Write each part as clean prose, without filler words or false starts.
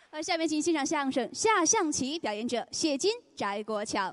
下面请欣赏相声《下象棋》，表演者谢金、翟国强。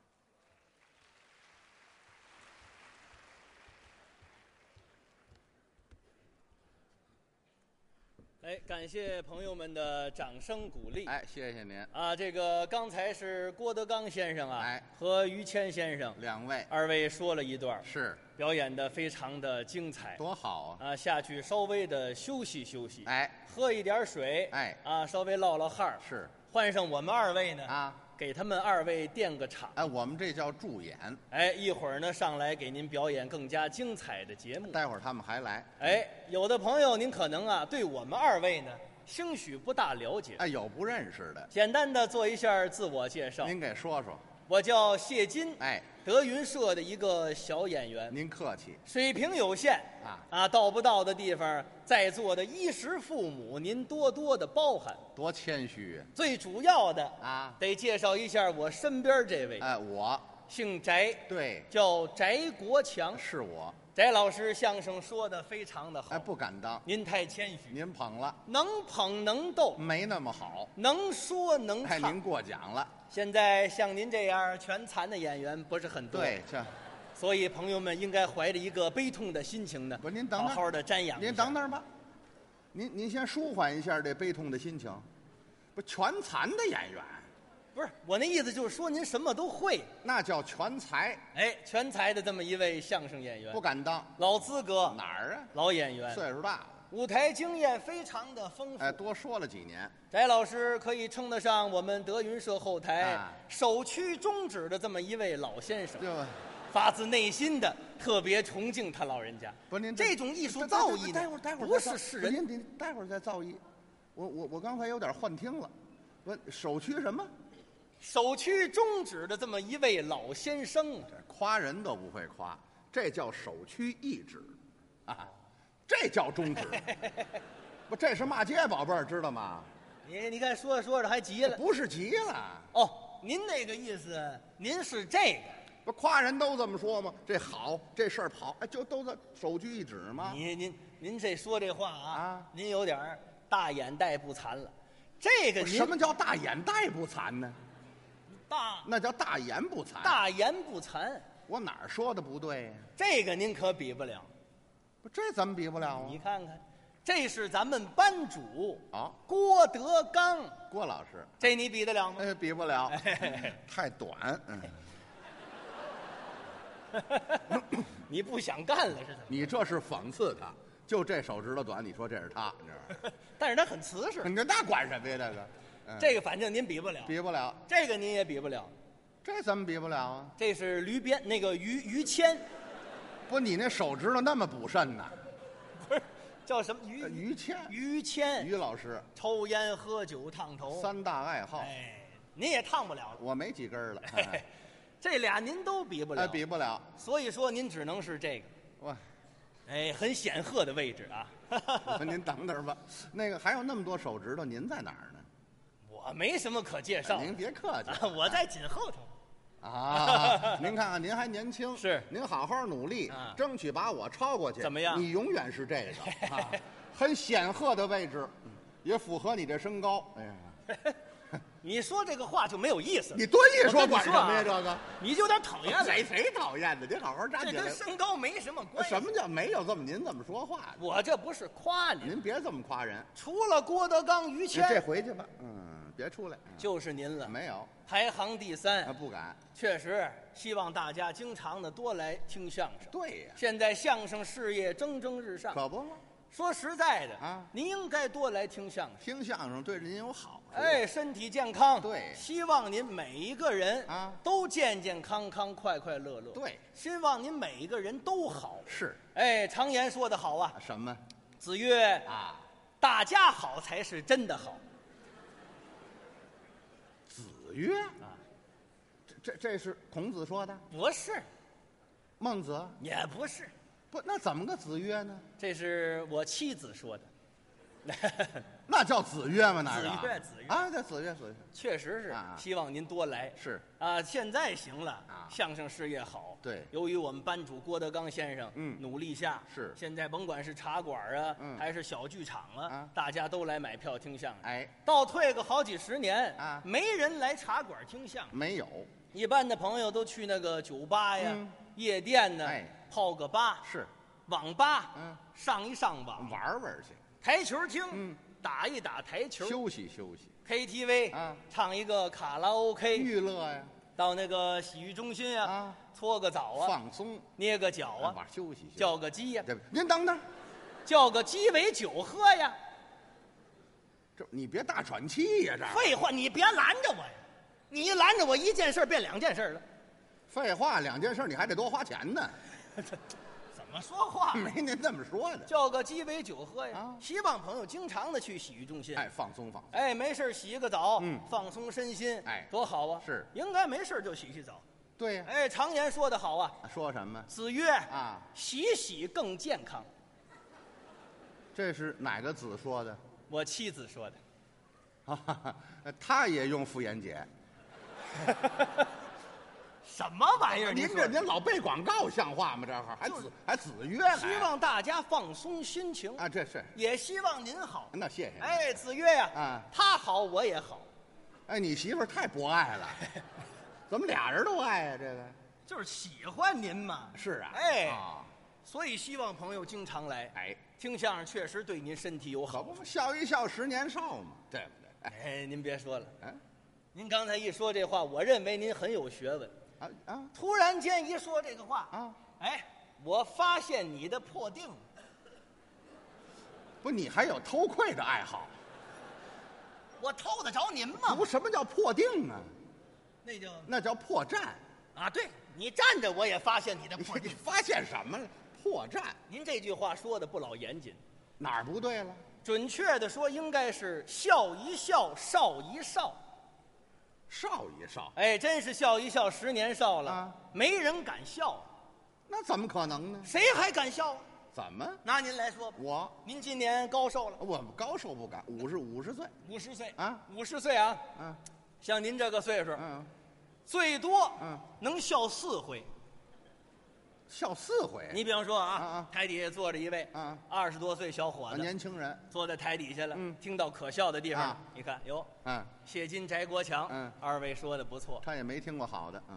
感谢朋友们的掌声鼓励。 谢谢您啊！这个刚才是郭德纲先生啊，和于谦先生二位说了一段， 是表演的非常的精彩， 多好啊！ 下去稍微的休息休息，喝一点水，稍微落汗， 是换上我们二位呢，给他们二位垫个场。 我们这叫助演。 一会儿呢上来给您表演更加精彩的节目。 待会儿他们还来。 有的朋友您可能对我们二位呢兴许不大了解。 有不认识的。 简单的做一下自我介绍。 您给说说。 我叫谢金，德云社的一个小演员。 您客气， 水平有限到不到的地方，在座的衣食父母，您多多的包涵。 多谦虚啊！ 最主要的得介绍一下我身边这位。 我姓翟， 对， 叫翟国强， 是我。 翟老师相声说的非常的好。 不敢当， 您太谦虚。 您捧了， 能捧能逗， 没那么好， 能说能唱。 您过奖了。 现在像您这样全残的演员不是很多， 对， 所以朋友们应该怀着一个悲痛的心情呢， 不是您等好好的瞻仰。 您等等吧，您先舒缓一下这悲痛的心情。不，全残的演员， 不是我那意思，就是说您什么都会， 那叫全才。 全才的这么一位相声演员， 不敢当， 老资格。 哪儿啊？ 老演员， 岁数大了。 舞台经验非常的丰富， 多说了几年。 翟老师可以称得上我们德云社后台首屈中指的这么一位老先生，发自内心的特别崇敬他老人家。 不是您这种艺术造诣， 待会儿不是世人。 您待会儿再造诣。我刚才有点幻听了。不，首屈什么？ 首屈中指的这么一位老先生啊， 夸人都不会夸，这叫首屈一指啊。这叫中指，不，这是骂街宝贝儿，知道吗？ 你看说着说着还急了， 不是急了您那个意思，您是这个， 不夸人都这么说吗？这好，这事儿好，就都在首屈一指吗？ 您这说这话您有点大眼袋不残了。这个什么叫大眼袋不残呢？那叫大言不惭。 大言不惭， 我哪儿说的不对呀？ 这个您可比不了。 不，这怎么比不了啊？ 你看看，这是咱们班主郭德纲， 郭老师， 这你比得了吗？ 比不了，太短。 你不想干了是怎么？ 你这是讽刺他，就这手指头短，你说这是他，你知道吗？ 但是他很瓷实。 那管什么呀？这个， 这个反正您比不了， 比不了。 这个您也比不了， 这怎么比不了啊？ 这是驴鞭，那个于谦。 不，你那手指头那么补肾呢？ 不是，叫什么于谦？ 于谦， 于老师， 抽烟喝酒烫头 3大爱好。 您也烫不了了。 我没几根了。 这俩您都比不了， 比不了。 所以说您只能是这个。 哇， 很显赫的位置啊。 您等等吧，那个还有那么多手指头，您在哪儿呢？ 我没什么可介绍。 您别客气， 我在紧后头。 您看看，您还年轻， 是您好好努力，争取把我超过去。 怎么样？ 你永远是这个很显赫的位置，也符合你这身高。哎呀， 你说这个话就没有意思。 你多一说管什么呀？这个你就有点讨厌了。 谁讨厌的？您好好站起来。 这跟身高没什么关系。 什么叫没有这么您这么说话？ 我这不是夸您， 您别这么夸人。 除了郭德纲、于谦， 这回去吧。别出来， 就是您了。 没有排行第3， 不敢。 确实，希望大家经常的多来听相声。 对呀， 现在相声事业蒸蒸日上， 可不吗？ 说实在的您应该多来听相声。 听相声对您有好处。 身体健康。 对， 希望您每一个人都健健康康、快快乐乐。 对， 希望您每一个人都好。 是。 常言说得好啊。 什么？ 子曰大家好才是真的好。 子曰这是孔子说的？ 不是。 孟子也不是。 不，那怎么个子曰呢？ 这是我妻子说的。 那叫子曰吗？那子曰啊，叫子曰， 确实是。希望您多来。 是啊，现在行了啊，相声事业好。 对， 由于我们班主郭德纲先生努力下， 是现在甭管是茶馆啊，还是小剧场啊，大家都来买票听相声。 哎， 倒退个好几十年啊， 没人来茶馆听相声， 没有。 一般的朋友都去那个酒吧呀、夜店呢，泡个吧是， 网吧，上一上网玩玩去， 台球厅，打一打台球， 休息 ，KTV 唱一个卡拉 OK， 娱乐呀， 到那个洗浴中心啊，搓个澡啊， 放松， 捏个脚啊， 休息， 叫个鸡呀， 您等等， 叫个鸡尾酒喝呀， 这你别大喘气呀，这废话，你别拦着我呀。你一拦着我，一件事变两件事了。 废话，两件事你还得多花钱呢。 怎么说话？ 没您这么说的。 叫个鸡尾酒喝呀！希望朋友经常的去洗浴中心， 放松。 没事洗个澡，放松身心，多好啊！ 是， 应该没事就洗澡。 对呀。 常言说得好啊。 说什么？ 子曰啊，洗更健康。 这是哪个子说的？ 我妻子说的。 他也用妇炎洁。 什么玩意儿？ 您老背广告像话吗？这会儿还子曰， 希望大家放松心情啊，这是也希望您好。 那谢谢。 子曰呀，他好我也好。 你媳妇儿太博爱了，怎么俩人都爱呀？这个就是喜欢您嘛。 是啊。 所以希望朋友经常来。听相声确实对您身体有好。 可不，笑一笑10年少嘛，对不对？您别说了，您刚才一说这话，我认为您很有学问。突然间一说这个话我发现你的破腚。 不，你还有偷窥的爱好？ 我偷得着您吗？ 不，什么叫破腚啊？ 那叫破绽啊！对，你站着我也发现你的破腚。 你发现什么了？破绽。 您这句话说的不老严谨， 哪儿不对了？ 准确的说，应该是笑一笑，少一少。 少一少， 真是笑一笑10年少了，没人敢笑。 那怎么可能呢？ 谁还敢笑？ 怎么？ 拿您来说吧，您今年高寿了？ 我高寿不敢，50岁。 50岁啊 ，50岁啊，像您这个岁数，最多能笑4回。 笑4回？ 你比方说台底下坐着一位20多岁小伙子， 年轻人坐在台底下了，听到可笑的地方，你看哟，谢金、翟国强，2位说的不错。 他也没听过好的，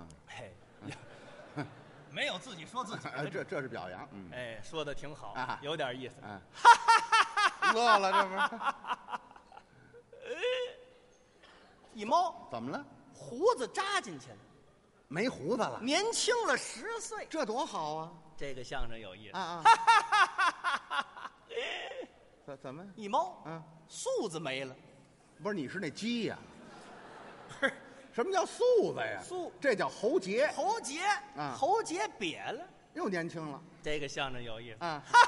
没有自己说自己的， 这是表扬， 说的挺好，有点意思， 乐了这不是？ 一猫怎么了？ 胡子扎进去了。 没胡子了， 年轻了10岁， 这多好啊！ 这个相声有意思怎么一猫素子没了？ 不是，你是那鸡呀？ 不是， 什么叫素子呀？这叫喉结。 喉结瘪了， 又年轻了。 这个相声有意思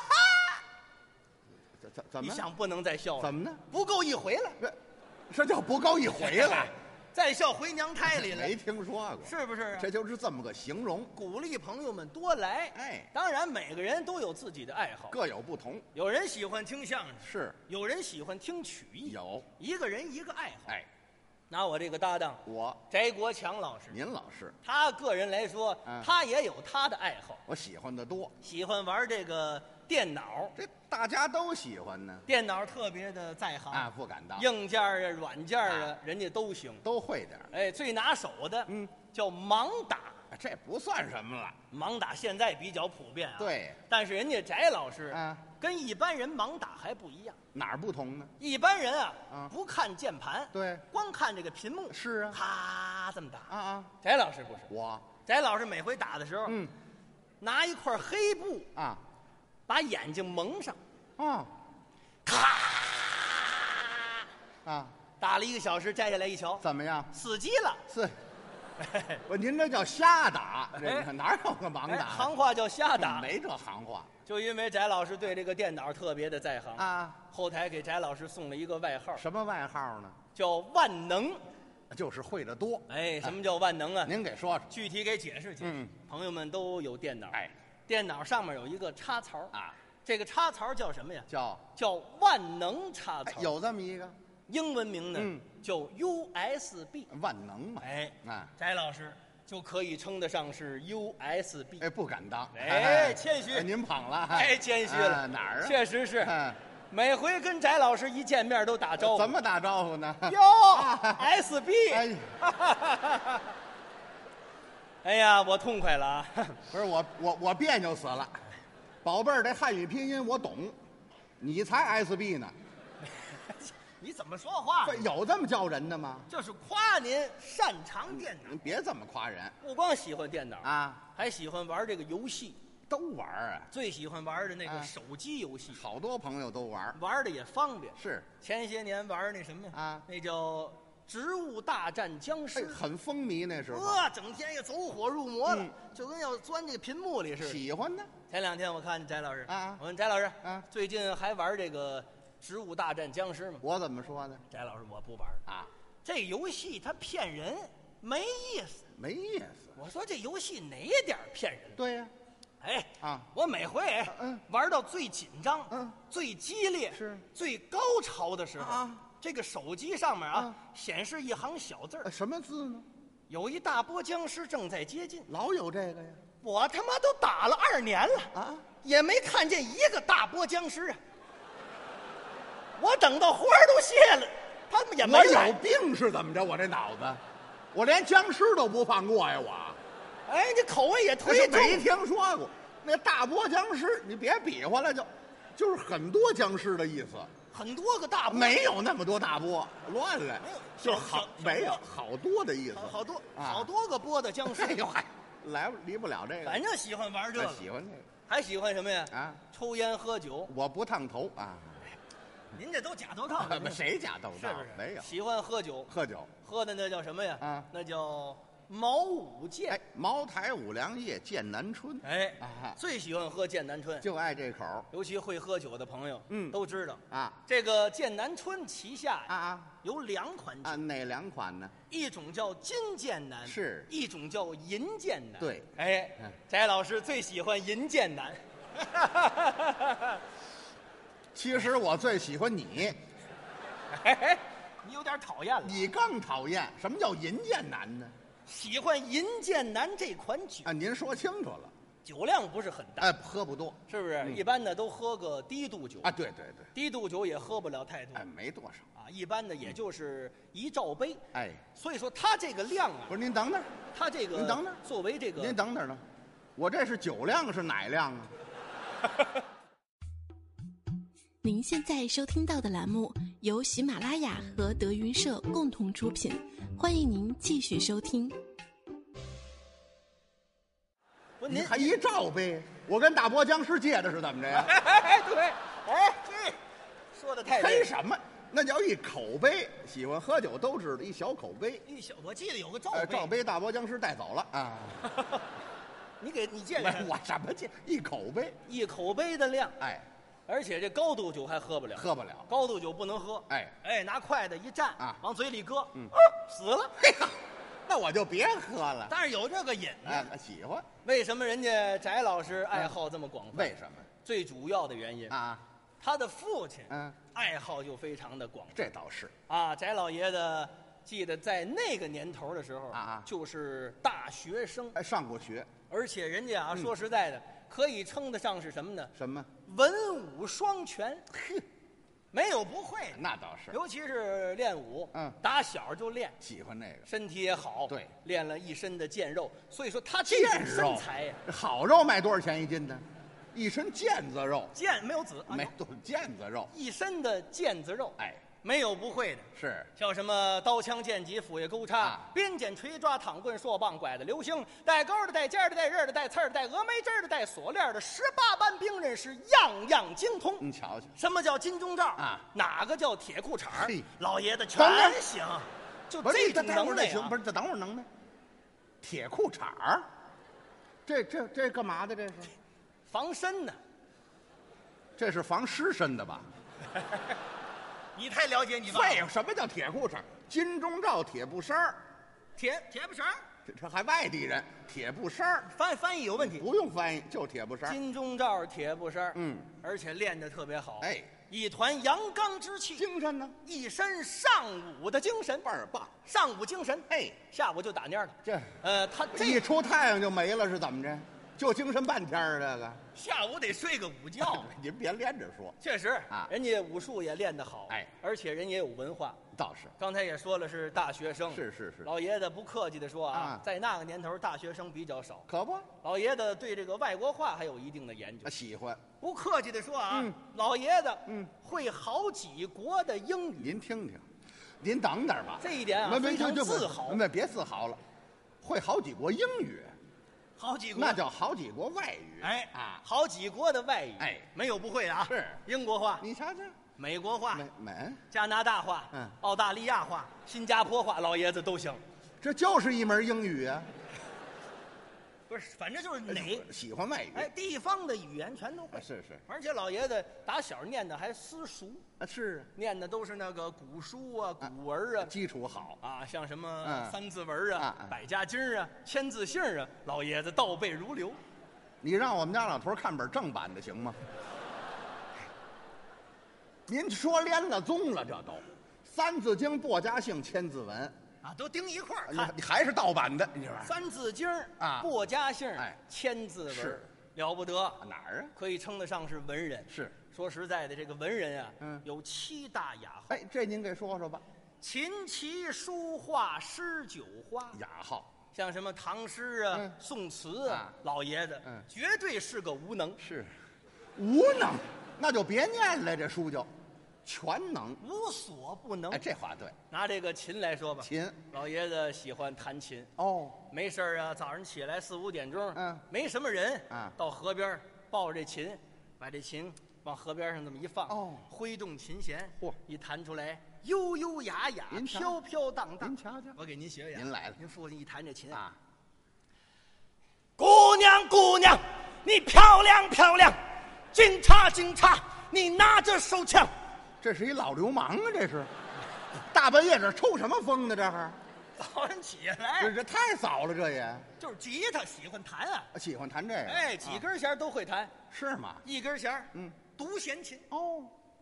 怎么？ 你想不能再笑了？ 怎么呢？ 不够一回了。 这叫不够一回了。 再笑回娘胎里了， 没听说过， 是不是？ 这就是这么个形容， 鼓励朋友们多来。当然每个人都有自己的爱好， 各有不同。 有人喜欢听相声， 是； 有人喜欢听曲艺， 有。 一个人一个爱好。拿我这个搭档，翟国强老师， 您老师， 他个人来说，他也有他的爱好。 我喜欢的多， 喜欢玩这个电脑， 这大家都喜欢呢。 电脑特别的在行不敢当。 硬件啊、软件啊，人家都行， 都会点。 最拿手的，叫盲打。 这不算什么了， 盲打现在比较普遍对， 但是人家翟老师跟一般人盲打还不一样。 哪儿不同呢？ 一般人不看键盘， 对， 光看这个屏幕。 是啊， 咔这么打。翟老师不是， 翟老师每回打的时候，拿一块黑布把眼睛蒙上，咔打了1个小时，摘下来一瞧， 怎么样？ 死机了。 是。您这叫瞎打，哪有个盲打？ 行话叫瞎打， 没这行话。 就因为翟老师对这个电脑特别的在行后台给翟老师送了一个外号。 什么外号呢？ 叫万能， 就是会的多。 什么叫万能啊？ 您给说说， 具体给解释解释。朋友们都有电脑，电脑上面有一个插槽这个插槽叫什么呀？ 叫万能插槽。 有这么一个英文名呢，叫 USB。 万能嘛。 哎， 啊， 翟老师就可以称得上是 USB。 哎，不敢当。 哎，谦虚。 您捧了。 哎，谦虚了。 哪儿啊？ 确实是。每回跟翟老师一见面都打招呼。 怎么打招呼呢？ 哟，SB。 哎。 哎呀，我痛快了啊！ 不是我别扭死了，宝贝儿，这汉语拼音我懂，你才 SB 呢。 你怎么说话？ 有这么叫人的吗？ 这是夸您擅长电脑。 您别这么夸人。 不光喜欢电脑啊， 还喜欢玩这个游戏。 都玩啊。 最喜欢玩的那个手机游戏， 好多朋友都玩， 玩的也方便。 是。 前些年玩那什么啊？ 那叫。植物大战僵尸， 很风靡那时候。 整天也走火入魔了，就跟要钻这个屏幕里似的。 喜欢呢。 前2天我看见翟老师啊， 我问翟老师啊，最近还玩这个植物大战僵尸吗？ 我怎么说呢？ 翟老师，我不玩啊，这游戏它骗人，没意思。 没意思。 我说这游戏哪点骗人？ 对呀。 哎啊， 我每回玩到最紧张、最激烈、最高潮的时候啊。这个手机上面显示一行小字儿， 什么字呢？ 有一大波僵尸正在接近。 老有这个呀！ 我他妈都打了2年了啊，也没看见一个大波僵尸啊！我等到花都谢了，他们也没来。 我有病是怎么着？我这脑子，我连僵尸都不放过呀！我， 哎，这口味也忒重。 没听说过那大波僵尸，你别比划了，就是很多僵尸的意思。 很多个大波没有那么多大波，乱了，就是没有好多的意思， 好多个波的僵尸。 哎呦嗨，离不了这个。 反正喜欢玩这个， 喜欢这个， 还喜欢什么呀？ 啊， 抽烟喝酒。 我不烫头啊。 您这都假头套， 谁假头套？ 是不是？ 没有。 喜欢喝酒，喝的那叫什么呀？ 啊， 那叫茅舞剑。 哎，茅台五粮液剑南春。 哎，最喜欢喝剑南春， 就爱这口。 尤其会喝酒的朋友，都知道啊。 这个剑南春旗下有2款酒啊，哪2款呢？ 一种叫金剑南， 是一种叫银剑南。 对， 哎，翟老师最喜欢银剑南。 其实我最喜欢你。 你有点讨厌了。 你更讨厌。什么叫银剑南呢？ 喜欢银剑南这款酒啊，您说清楚了。 酒量不是很大， 哎，喝不多， 是不是？一般的都喝个低度酒啊，对， 低度酒也喝不了太多， 哎，没多少啊，一般的也就是1罩杯， 哎， 所以说它这个量啊， 不是您等等， 它这个您等等， 作为这个您等等呢，我这是酒量是哪量啊？ 您现在收听到的栏目由喜马拉雅和德云社共同出品，欢迎您继续收听。 您还1罩杯？我跟大波僵尸借的是怎么着呀？ 对，哎，说的太黑什么？那叫一口杯。喜欢喝酒都知道，一小口杯。 我记得有个罩杯。 罩杯大波僵尸带走了啊！ 你借给我什么借？一口杯 ，1口杯的量。 哎， 而且这高度酒还喝不了，高度酒不能喝。 哎， 拿筷子一蘸啊，往嘴里搁，死了。 嘿呀，那我就别喝了。 但是有这个瘾呢， 喜欢。 为什么人家翟老师爱好这么广泛？ 为什么？ 最主要的原因啊， 他的父亲爱好就非常的广泛。 这倒是啊，翟老爷子记得在那个年头的时候就是大学生， 上过学， 而且人家说实在的，可以称得上是什么呢？ 什么？ 文武双全。没有不会的， 那倒是， 尤其是练武，打小就练， 喜欢那个， 身体也好， 对， 练了一身的健肉，所以说他这种身材呀， 好肉卖多少钱1斤呢？一身腱子肉， 腱没有子， 没都是腱子肉， 一身的腱子肉， 哎， 没有不会的， 是叫什么刀枪剑戟斧钺钩叉，鞭锏锤抓躺棍槊棒拐子流星，带钩的带尖的带刃的带刺的带峨眉针的带锁链的18般兵刃是样样精通。 你瞧瞧， 什么叫金钟罩啊？ 哪个叫铁裤衩？老爷子全行，就这种能耐行，不是这等会儿能耐。铁裤衩儿，这干嘛的？这是防身呢。 这是防湿身的吧？ 你太了解你爸。 废话，什么叫铁裤衩？金钟罩铁布衫儿， 铁布衫， 这还外地人，铁布衫儿翻译有问题。 不用翻译，就铁布衫儿。 金钟罩铁布衫， 嗯， 而且练得特别好， 哎， 一团阳刚之气， 精神呢， 一身上午的精神， 倍儿棒。 上午精神， 哎， 下午就打蔫了。 这他一这出太阳就没了，是怎么着？就精神半天儿这个。 下午得睡个午觉。 您别连着说， 确实啊人家武术也练得好， 哎， 而且人也有文化。 倒是刚才也说了是大学生， 是， 老爷子不客气的说啊在那个年头大学生比较少。 可不， 老爷子对这个外国话还有一定的研究。 喜欢。 不客气的说啊， 嗯老爷子嗯会好几国的英语， 您听听，您等等吧。 这一点啊非常自豪。 别自豪了，会好几国英语， 好几国那叫好几国外语。 哎啊， 好几国的外语， 哎， 没有不会的啊。 是英国话、 你瞧瞧， 美国话、 美， 加拿大话、澳大利亚话、新加坡话，老爷子都行。 这就是一门英语啊。 不是，反正就是喜欢外语。 哎，地方的语言全都会。 是， 而且老爷子打小念的还私塾， 是念的都是那个古书啊、古文啊， 基础好啊，像什么三字文啊、 嗯百家经啊、千字姓啊，老爷子倒背如流。 你让我们家老头看本正版的行吗？您说连了宗了，这都三字经、簸家姓、千字文啊，都盯一块儿看。 你还是盗版的，你说三字经啊， 簸家姓， 哎， 千字文是了不得。 哪儿啊？ 可以称得上是文人。 是， 说实在的，这个文人啊， 嗯， 有7大雅号。 哎，这您给说说吧。 琴棋书画诗酒花， 雅号像什么唐诗啊、宋词啊，老爷子绝对是个无能。 是无能，那就别念了，这书就全能， 无所不能。 哎，这话对。 拿这个琴来说吧， 琴， 老爷子喜欢弹琴。 哦， 没事啊，早上起来4、5点钟，没什么人，到河边抱着这琴，把这琴往河边上这么一放，挥动琴弦，一弹出来，悠悠雅雅，飘飘荡荡。 您瞧瞧， 我给您学学。 您来了， 您父亲一弹这琴啊， 姑娘姑娘，你漂亮漂亮，警察警察，你拿着手枪。 这是一老流氓啊！这是，大半夜这抽什么风呢？这是， 早上起来， 这太早了，这也就是吉他喜欢弹啊， 喜欢弹这个， 哎，几根弦都会弹， 是吗？ 一根弦，独弦琴哦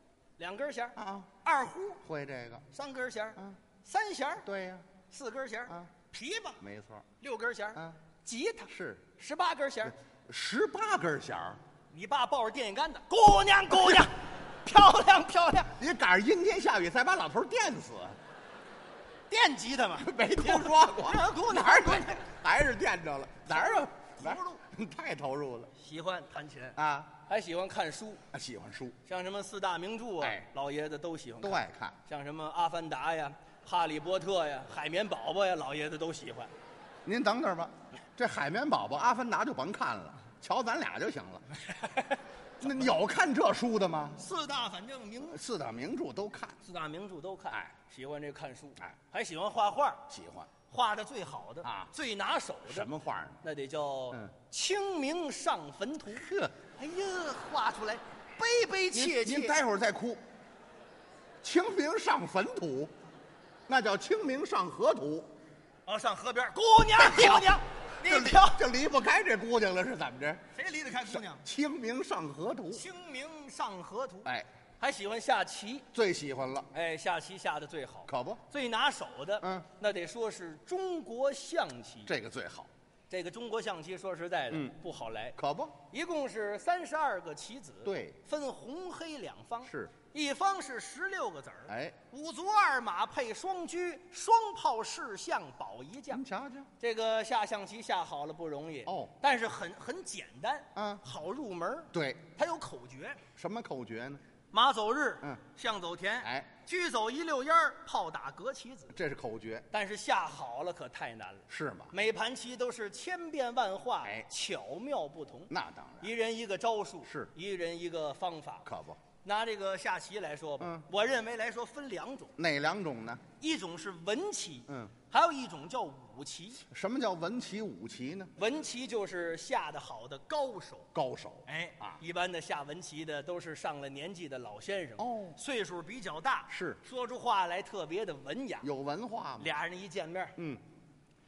，2根弦二胡会这个 ，3根弦3弦对呀 ，4根弦琵琶没错 ，6根弦吉他是 18根弦 ，18根弦你爸抱着电线杆子，姑娘姑娘，漂亮漂亮， 你赶上阴天下雨，再把老头电死， 电吉他嘛， 没听说过， 姑娘哪儿还是电着了，哪儿有投入， 太投入了， 喜欢弹琴啊， 还喜欢看书， 喜欢书， 像什么4大名著啊， 哎， 老爷子都喜欢， 都爱看， 像什么《阿凡达》呀、《哈利波特》呀、《海绵宝宝》呀，老爷子都喜欢。 您等等吧，这海绵宝宝、阿凡达就甭看了，瞧咱俩就行了。那有看这书的吗 ？4大反正 4大名著都看 ，4大名著都看， 哎， 喜欢这看书， 哎， 还喜欢画画， 喜欢画的最好的啊， 最拿手的什么画呢？ 那得叫《清明上坟图》。 呵， 哎呀，画出来悲悲切切。 您待会儿再哭。清明上坟图，那叫清明上河图。 哦，上河边，姑娘姑娘。 这离不开这姑娘了，是怎么着？ 谁离得开姑娘？ 清明上河图。 清明上河图。 哎， 还喜欢下棋， 最喜欢了。 哎，下棋下的最好， 可不， 最拿手的，那得说是中国象棋， 这个最好。 这个中国象棋说实在的，不好来， 可不， 一共是32个棋子， 对， 分红黑2方， 是。 一方是16个子儿， 哎 ，5卒2马配双车，双炮士象保一将。 您瞧瞧， 这个下象棋下好了不容易哦， 但是很简单，好入门。 对， 它有口诀。 什么口诀呢？ 马走日，象走田， 哎， 车走1溜烟儿，炮打隔棋子， 这是口诀。 但是下好了可太难了， 是吗？ 每盘棋都是千变万化， 哎， 巧妙不同。 那当然， 一人一个招数， 是一人一个方法， 可不。 拿这个下棋来说吧，我认为来说分2种， 哪2种呢？ 一种是文棋，还有一种叫武棋。 什么叫文棋武棋呢？ 文棋就是下得好的高手，哎一般的下文棋的都是上了年纪的老先生，岁数比较大， 是说出话来特别的文雅， 有文化吗？ 俩人一见面，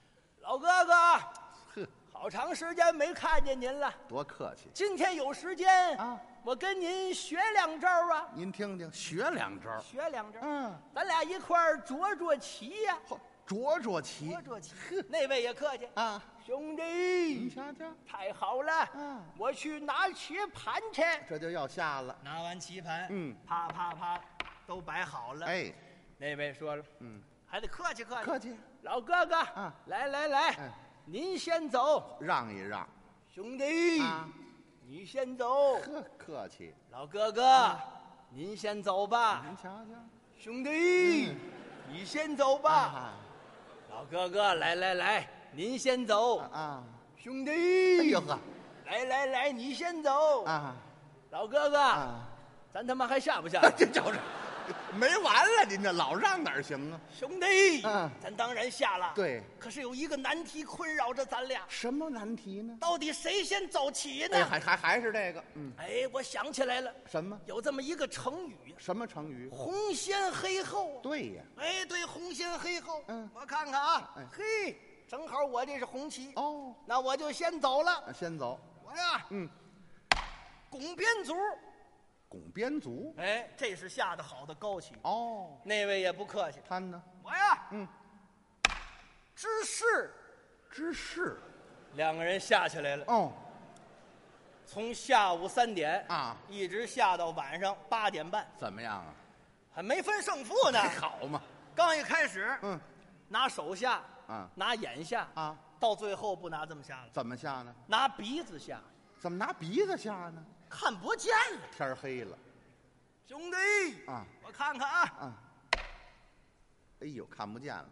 老哥哥， 呵， 好长时间没看见您了。 多客气。 今天有时间啊， 我跟您学两招啊。 您听听，学两招。 学两招。 咱俩一块儿捉棋呀。 捉棋。 捉棋。那位也客气啊， 兄弟， 你瞧瞧， 太好了。我去拿棋盘去。 这就要下了。 拿完棋盘， 啪啪啪，都摆好了。 哎， 那位说了，还得客气客气。 客气。 老哥哥，来，您先走， 让一让。 兄弟，你先走。 呵，客气。 老哥哥，您先走吧。 您瞧瞧。 兄弟，你先走吧。老哥哥，来，您先走。兄弟， 哎呦呵， 来，你先走。老哥哥，咱他妈还下不下？ 这就是没完了，您这老让哪儿行啊？ 兄弟，咱当然下了。 对， 可是有一个难题困扰着咱俩。 什么难题呢？ 到底谁先走棋呢？ 还是这个。 我想起来了。 什么？ 有这么一个成语。 什么成语？ 红先黑后。 对呀。 对，红先黑后。我看看啊。嘿，正好我这是红旗。 哦， 那我就先走了。 先走。 我呀，拱边卒。 拱边卒。 这是下得好的高棋。 哦， 那位也不客气。 他呢？ 我呀，知事。两个人下起来了。 哦， 从下午3点一直下到晚上8点半。 怎么样啊？ 还没分胜负呢。 好嘛。 刚一开始，拿手下，拿眼下，到最后不拿这么下了。 怎么下呢？ 拿鼻子下。 怎么拿鼻子下呢？ 看不见了。 天黑了。 兄弟，我看看啊。 哎呦，看不见了。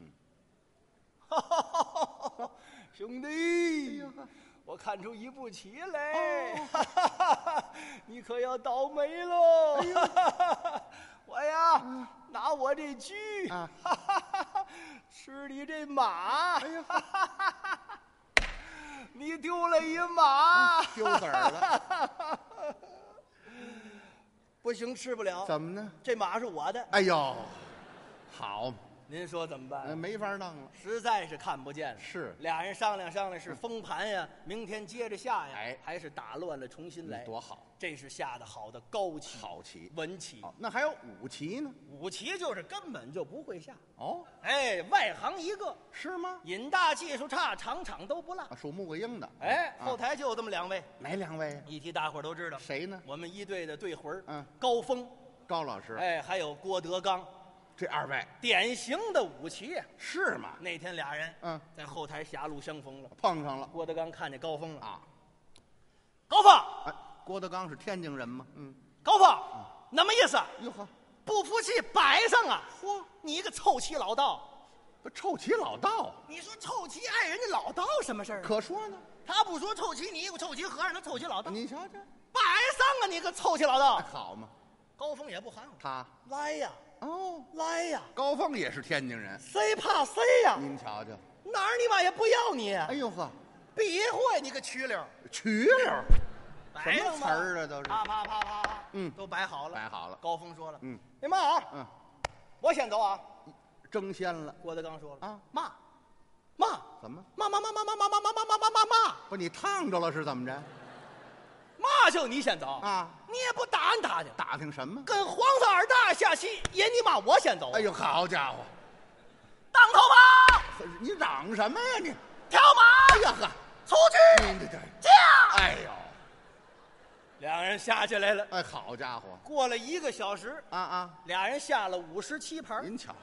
兄弟，我看出一步棋来。你可要倒霉喽。我呀，拿我这车吃你这马。你丢了一马。 丢子儿了。 不行，吃不了。 怎么呢？ 这马是我的。 哎呦，好， 您说怎么办？ 没法弄了， 实在是看不见了。 是， 俩人商量商量，是封盘呀，明天接着下呀，还是打乱了重新来？ 多好！ 这是下的好的高棋， 好棋， 文棋。 那还有武棋呢？ 武棋就是根本就不会下。 哦， 外行一个。 是吗？ 瘾大技术差，场场都不落。 属木桂英的。 后台就有这么2位。 哪2位？ 一提大伙儿都知道。 谁呢？ 我们一队的队魂高峰， 高老师。 还有郭德纲。 这2位典型的武棋呀。 是吗？ 那天俩人在后台狭路相逢了， 碰上了。 郭德纲看见高峰了高峰，郭德纲是天津人吗？ 高峰，那么意思？ 哟呵， 不服气摆上啊！嚯，你一个臭棋老道！ 臭棋老道？ 你说臭棋碍人家老道什么事儿？ 可说呢。 他不说臭棋，你一个臭棋和尚，他臭棋老道。 你瞧瞧， 摆上啊！你个臭棋老道！ 好嘛。 高峰也不含糊， 他来呀！来呀！ 高峰也是天津人， 谁怕谁呀？ 您瞧瞧， 哪儿你妈也不要你！ 哎呦呵， 别会你个曲溜， 曲溜，什么词儿啊？都是啪，都摆好了， 摆好了。 高峰说了，你妈我先走啊， 争先了。 郭德纲说了妈，怎么？ 妈， 不，你烫着了是怎么着？ 嘛就你先走你也不打听他去， 打听什么？ 跟皇上二大下棋，也你妈我先走。 哎呦，好家伙， 当头跑！ 你嚷什么呀你？ 跳马！ 哎呀呵， 出去！驾！ 哎呦， 两人下起来了。 好家伙， 过了1个小时俩人下了57盘。 您瞧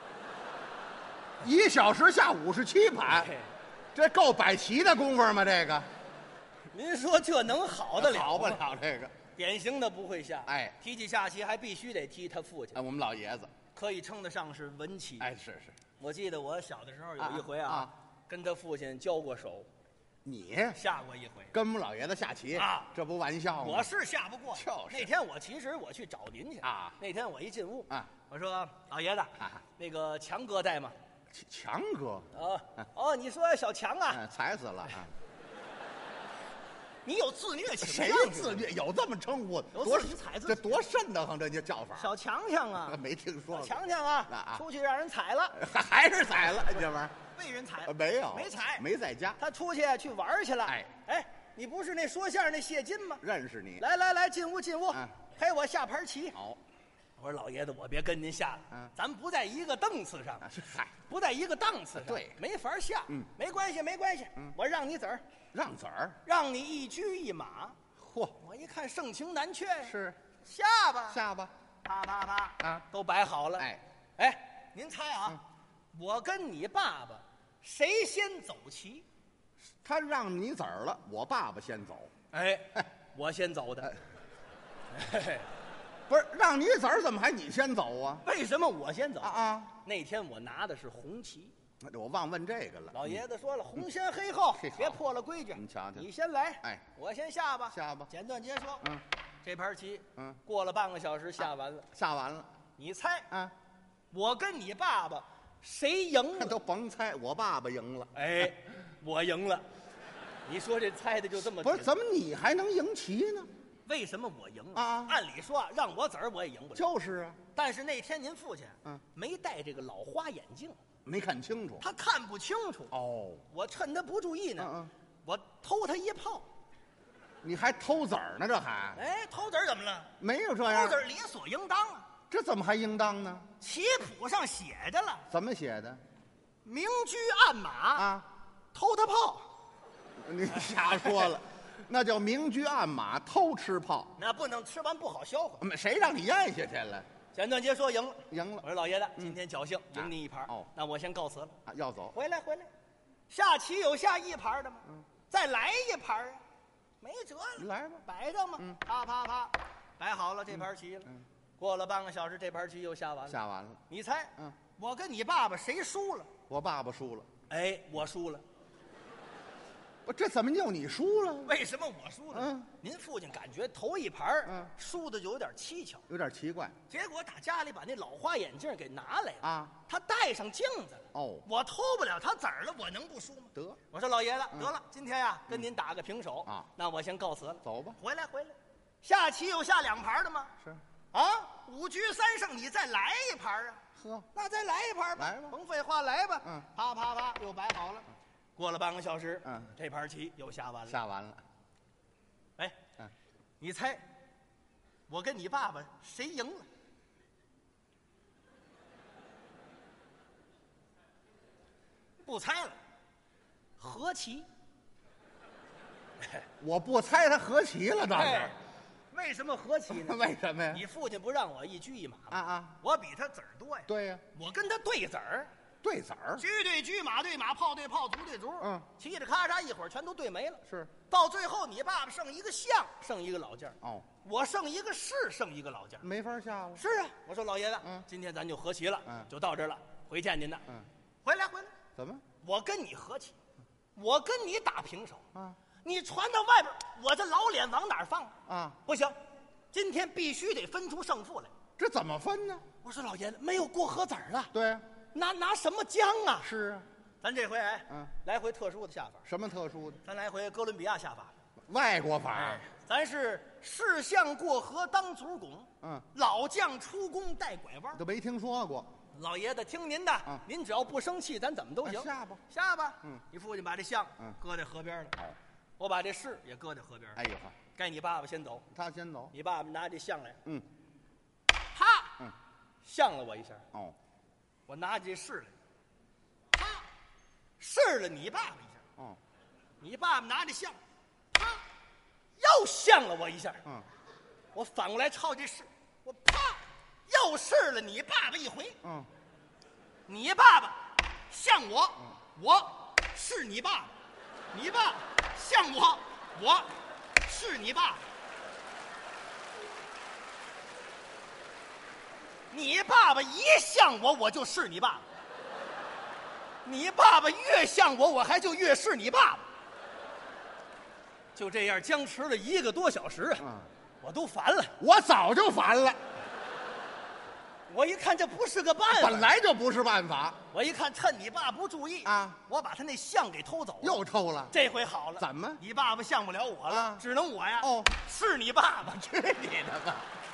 ，1小时下57盘，这够摆棋的功夫吗？这个。 您说这能好得了？ 好不了这个， 典型的不会下。提起下棋还必须得提他父亲。 我们老爷子可以称得上是文棋。 是。 我记得我小的时候有一回跟他父亲交过手。 你下过一回， 跟我们老爷子下棋这不玩笑吗？ 我是下不过。 就是那天其实我去找您去那天我一进屋我说老爷子那个强哥在吗？ 强哥你说小强踩死了你有自虐倾向。 谁自虐？有这么称呼的？ 有自己踩自己， 这多瘆得慌！这叫法。 小强强啊， 没听说过。 强强啊，出去让人踩了， 还是踩了这玩意儿？ 被人踩了？ 没有， 没踩， 没在家。 他出去玩去了。哎，你不是那说相声那谢金吗？ 认识你。 来，进屋，陪我下盘棋。 好。 我说老爷子，我别跟您下了，咱们不在一个档次上。 嗨， 不在一个档次上， 对， 没法下。没关系。我让你子儿， 让子儿， 让你一车一马。 嚯！ 我一看盛情难却， 是下吧，啪啊， 都摆好了。哎，您猜啊，我跟你爸爸谁先走棋？ 他让你子儿了，我爸爸先走。 哎，我先走的。 不是让你子儿，怎么还你先走啊？ 为什么我先走啊？ 那天我拿的是红旗， 我忘问这个了。 老爷子说了，红先黑后，别破了规矩。 你瞧瞧， 你先来， 哎， 我先下吧。简短截说，这盘棋，过了半个小时下完了。 下完了， 你猜啊？我跟你爸爸谁赢了？ 都甭猜，我爸爸赢了。 哎，我赢了。你说这猜的就这么不是？怎么你还能赢棋呢？ 为什么我赢啊？ 按理说让我子儿我也赢不了。 就是啊。 但是那天您父亲没戴这个老花眼镜， 没看清楚。 他看不清楚。 哦。 我趁他不注意呢，我偷他一炮。 你还偷子儿呢？这还？ 哎，偷子儿怎么了？ 没有这样。 偷子儿理所应当啊。 这怎么还应当呢？ 棋谱上写着了。 怎么写的？ 明车暗马啊， 偷他炮。 你瞎说了。那叫明车暗马，偷吃炮。 那不能吃完不好消化。 谁让你咽下去了？ 简短截说，赢了。 赢了。 我说老爷子，今天侥幸赢你一盘。 哦， 那我先告辞了。 要走。 回来。下棋有下一盘的吗？再来一盘啊？没辙了。 来吧， 摆上嘛。啪，摆好了这盘棋了。过了半个小时，这盘棋又下完了。 下完了。 你猜？我跟你爸爸谁输了？ 我爸爸输了。 哎，我输了。 这怎么就你输了？ 为什么我输了？您父亲感觉头一盘输的就有点蹊跷， 有点奇怪。 结果打家里把那老花眼镜给拿来了啊， 他戴上镜子了。 哦， 我偷不了他子儿了，我能不输吗？ 得， 我说老爷子，得了，今天呀跟您打个平手啊， 那我先告辞了。 走吧。 回来。下棋有下两盘的吗？ 是。 啊，5局3胜，你再来一盘啊？ 呵， 那再来一盘吧。 来吧， 甭废话，来吧。啪，又摆好了。过了半个小时，这盘棋又下完了。 下完了。 哎，你猜，我跟你爸爸谁赢了？不猜了，和棋。 我不猜他和棋了，倒是。 为什么和棋呢？ 为什么呀？ 你父亲不让我一车一马吗？ 啊， 我比他子儿多呀。 对呀， 我跟他对子儿。 对子儿， 车对车，马对马，炮对炮，卒对卒。骑着咔嚓一会儿全都对没了。 是， 到最后你爸爸剩一个象，剩一个老件儿。 哦， 我剩一个士，剩一个老件儿， 没法下了。 是啊，我说老爷子，今天咱就和棋了，就到这儿了，回见您的。回来。 怎么？ 我跟你和棋，我跟你打平手啊！你传到外边，我这老脸往哪儿放啊？不行，今天必须得分出胜负来。 这怎么分呢？ 我说老爷子，没有过河子儿了。 对啊。 拿什么浆啊？ 是啊， 咱这回来回特殊的下法。 什么特殊的？ 咱来回哥伦比亚下法， 外国法。 咱是士象过河当足拱，老将出宫带拐弯， 都没听说过。 老爷子听您的，您只要不生气，咱怎么都行。下吧。你父亲把这象搁在河边了，我把这士也搁在河边。 哎呦， 该你爸爸先走， 他先走。 你爸爸拿这象来， 啪， 象了我一下。 哦。 我拿起这试来，啪，试了你爸爸一下。你爸爸拿着象，啪，又象了我一下。我反过来抄这试，我啪，又试了你爸爸一回。你爸爸像我，我是你爸爸；你爸爸像我，我是你爸爸。你爸爸一像我，我就是你爸爸；你爸爸越像我，我还就越是你爸爸。就这样僵持了1个多小时啊，我都烦了。 我早就烦了。 我一看这不是个办法， 本来就不是办法。 我一看趁你爸不注意啊， 我把他那象给偷走了， 又偷了。 这回好了， 怎么？ 你爸爸像不了我了， 啊， 只能我呀。 哦， 是你爸爸， 去你的吧！